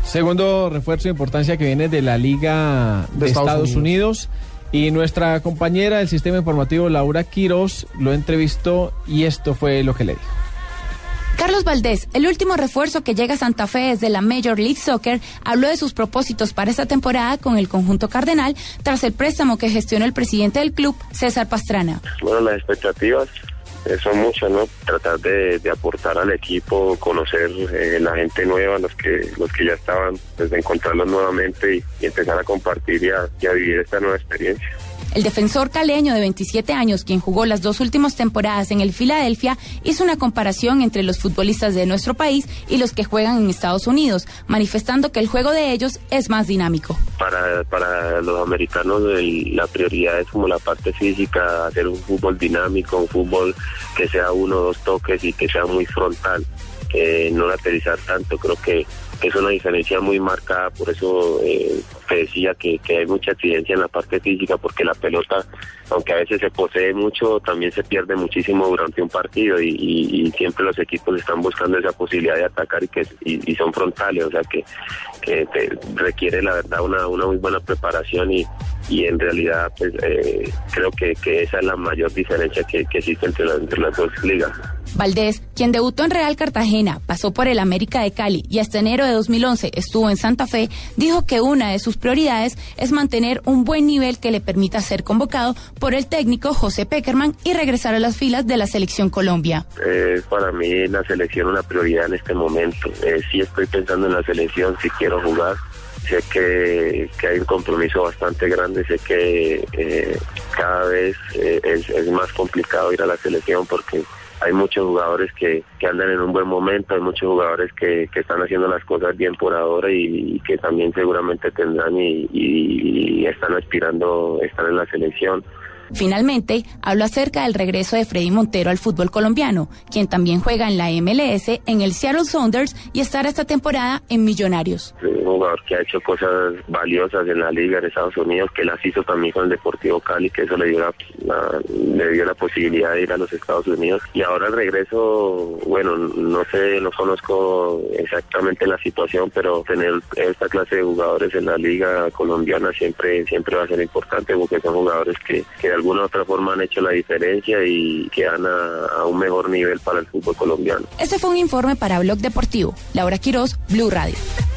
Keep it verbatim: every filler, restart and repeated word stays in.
Segundo refuerzo de importancia que viene de la Liga de, de Estados, Estados Unidos. Unidos. Y nuestra compañera del Sistema Informativo, Laura Quiroz, lo entrevistó y esto fue lo que le dijo. Carlos Valdés, el último refuerzo que llega a Santa Fe desde la Major League Soccer, habló de sus propósitos para esta temporada con el conjunto cardenal tras el préstamo que gestionó el presidente del club, César Pastrana. Bueno, las expectativas eh, son muchas, ¿no? Tratar de, de aportar al equipo, conocer eh, la gente nueva, los que los que ya estaban, pues de encontrarlos nuevamente y, y empezar a compartir y a, y a vivir esta nueva experiencia. El defensor caleño de veintisiete años, quien jugó las dos últimas temporadas en el Philadelphia, hizo una comparación entre los futbolistas de nuestro país y los que juegan en Estados Unidos, manifestando que el juego de ellos es más dinámico. Para, para los americanos el, la prioridad es como la parte física, hacer un fútbol dinámico, un fútbol que sea uno o dos toques y que sea muy frontal, que no lateralizar tanto. Creo que es una diferencia muy marcada, por eso eh, te decía que, que hay mucha exigencia en la parte física, porque la pelota, aunque a veces se posee mucho, también se pierde muchísimo durante un partido y, y, y siempre los equipos están buscando esa posibilidad de atacar y que y, y son frontales, o sea que, que te requiere la verdad una, una muy buena preparación y, y en realidad pues eh, creo que, que esa es la mayor diferencia que, que existe entre, la, entre las dos ligas. Valdés, quien debutó en Real Cartagena, pasó por el América de Cali y hasta enero de dos mil once estuvo en Santa Fe, dijo que una de sus prioridades es mantener un buen nivel que le permita ser convocado por el técnico José Peckerman y regresar a las filas de la Selección Colombia. Eh, para mí la selección es una prioridad en este momento. Eh, sí estoy pensando en la selección, sí quiero jugar. Sé que, que hay un compromiso bastante grande, sé que eh, cada vez eh, es, es más complicado ir a la selección porque hay muchos jugadores que, que andan en un buen momento, hay muchos jugadores que, que están haciendo las cosas bien por ahora y, y que también seguramente tendrán y, y, y están aspirando, están en la selección. Finalmente, habló acerca del regreso de Freddy Montero al fútbol colombiano, quien también juega en la M L S, en el Seattle Sounders y estará esta temporada en Millonarios. Un jugador que ha hecho cosas valiosas en la liga de Estados Unidos, que las hizo también con el Deportivo Cali, que eso le dio la, la, le dio la posibilidad de ir a los Estados Unidos. Y ahora el regreso, bueno, no sé, no conozco exactamente la situación, pero tener esta clase de jugadores en la liga colombiana siempre siempre va a ser importante, porque son jugadores que, que de alguna u otra forma han hecho la diferencia y que van a, a un mejor nivel para el fútbol colombiano. Este fue un informe para Blog Deportivo. Laura Quiroz, Blue Radio.